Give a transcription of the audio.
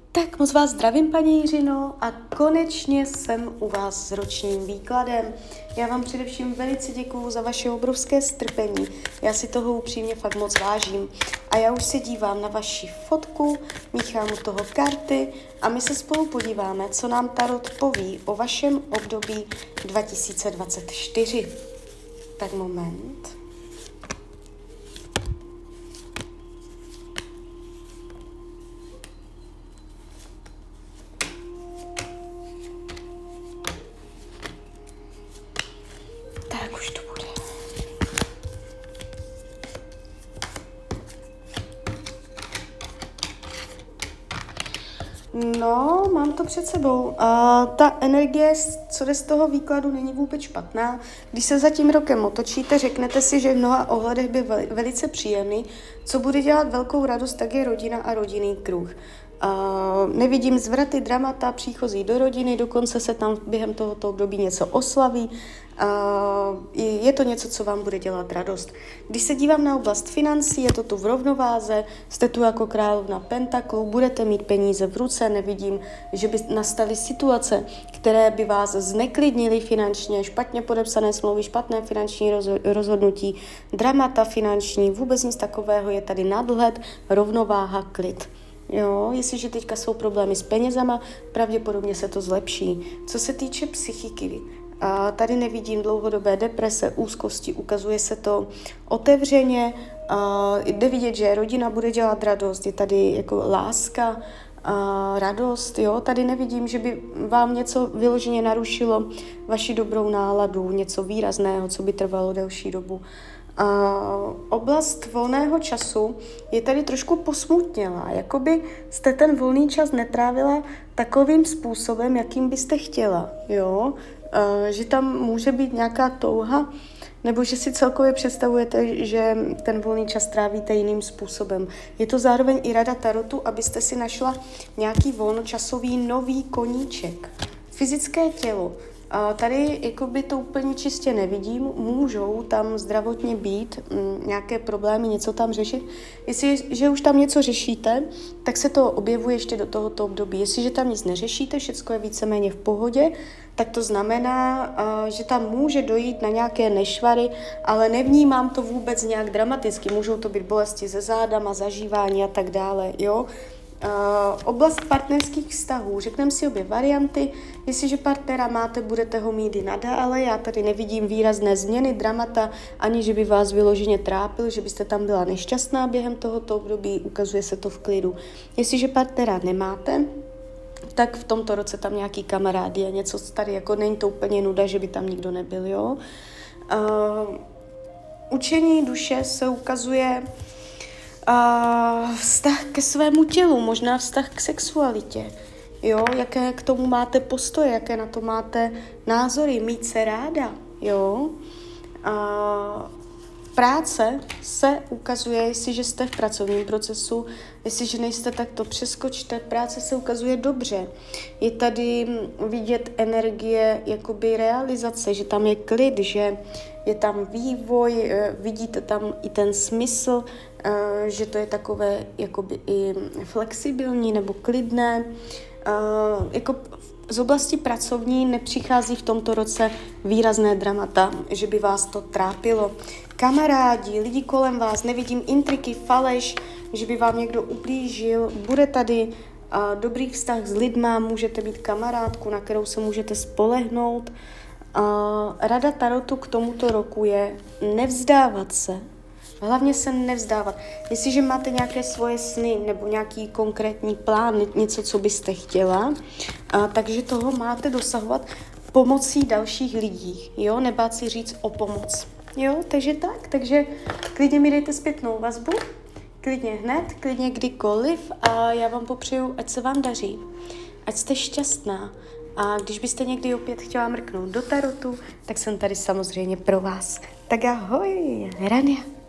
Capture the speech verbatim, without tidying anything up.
Tak moc vás zdravím, paní Jiřino, a konečně jsem u vás s ročním výkladem. Já vám především velice děkuju za vaše obrovské strpení. Já si toho upřímně fakt moc vážím. A já už se dívám na vaši fotku, míchám u toho karty a my se spolu podíváme, co nám Tarot poví o vašem období dva tisíce dvacet čtyři. Tak moment. Tak už to bude. No, mám to před sebou. A ta energie, co jde z toho výkladu, není vůbec špatná. Když se za tím rokem otočíte, řeknete si, že v mnoha ohledech by velice příjemný. Co bude dělat velkou radost, tak je rodina a rodinný kruh. Uh, nevidím zvraty, dramata, příchozí do rodiny, dokonce se tam během tohoto období něco oslaví. Uh, je to něco, co vám bude dělat radost. Když se dívám na oblast financí, je to tu v rovnováze, jste tu jako královna pentaklů, budete mít peníze v ruce, nevidím, že by nastaly situace, které by vás zneklidnily finančně, špatně podepsané smlouvy, špatné finanční rozhodnutí, dramata finanční, vůbec nic takového, je tady nadhled, rovnováha, klid. Jo, jestliže teďka jsou problémy s penězama, pravděpodobně se to zlepší. Co se týče psychiky, a tady nevidím dlouhodobé deprese, úzkosti, ukazuje se to otevřeně, a jde vidět, že rodina bude dělat radost, je tady jako láska, a radost, jo, tady nevidím, že by vám něco vyloženě narušilo vaši dobrou náladu, něco výrazného, co by trvalo delší dobu. Uh, oblast volného času je tady trošku posmutnělá, jakoby jste ten volný čas netrávila takovým způsobem, jakým byste chtěla, jo? Uh, že tam může být nějaká touha, nebo že si celkově představujete, že ten volný čas trávíte jiným způsobem. Je to zároveň i rada Tarotu, abyste si našla nějaký volnočasový nový koníček. Fyzické tělo. A tady jakoby to úplně čistě nevidím, můžou tam zdravotně být m, nějaké problémy, něco tam řešit. Jestliže už tam něco řešíte, tak se to objevuje ještě do tohoto období. Jestliže tam nic neřešíte, všechno je víceméně v pohodě, tak to znamená, a, že tam může dojít na nějaké nešvary, ale nevnímám to vůbec nějak dramaticky. Můžou to být bolesti se zádama, zažívání a tak dále, jo. Uh, oblast partnerských vztahů. Řekneme si obě varianty. Jestliže partnera máte, budete ho mít i nadále. Já tady nevidím výrazné změny, dramata, ani že by vás vyloženě trápil, že byste tam byla nešťastná během tohoto období. Ukazuje se to v klidu. Jestliže partnera nemáte, tak v tomto roce tam nějaký kamarád je, něco tady, jako není to úplně nuda, že by tam nikdo nebyl, jo. Uh, učení duše se ukazuje Uh, vztah ke svému tělu, možná vztah k sexualitě, jo, jaké k tomu máte postoje, jaké na to máte názory, mít se ráda, jo. Uh, práce se ukazuje, jestliže jste v pracovním procesu, jestliže nejste, tak to přeskočte, práce se ukazuje dobře. Je tady vidět energie jakoby realizace, že tam je klid, že je tam vývoj, vidíte tam i ten smysl, že to je takové jakoby i flexibilní nebo klidné. Jako z oblasti pracovní nepřichází v tomto roce výrazné dramata, že by vás to trápilo. Kamarádi, lidi kolem vás, nevidím intriky, faleš, že by vám někdo ublížil. Bude tady uh, dobrý vztah s lidma, můžete být kamarádku, na kterou se můžete spolehnout. Uh, rada Tarotu k tomuto roku je nevzdávat se. Hlavně se nevzdávat. Jestliže máte nějaké svoje sny nebo nějaký konkrétní plán, něco, co byste chtěla, a, takže toho máte dosahovat pomocí dalších lidí, jo, nebát si říct o pomoc, jo, takže tak, takže klidně mi dejte zpětnou vazbu, klidně hned, klidně kdykoliv a já vám popřeju, ať se vám daří, ať jste šťastná a když byste někdy opět chtěla mrknout do Tarotu, tak jsem tady samozřejmě pro vás. Tak ahoj, Rania.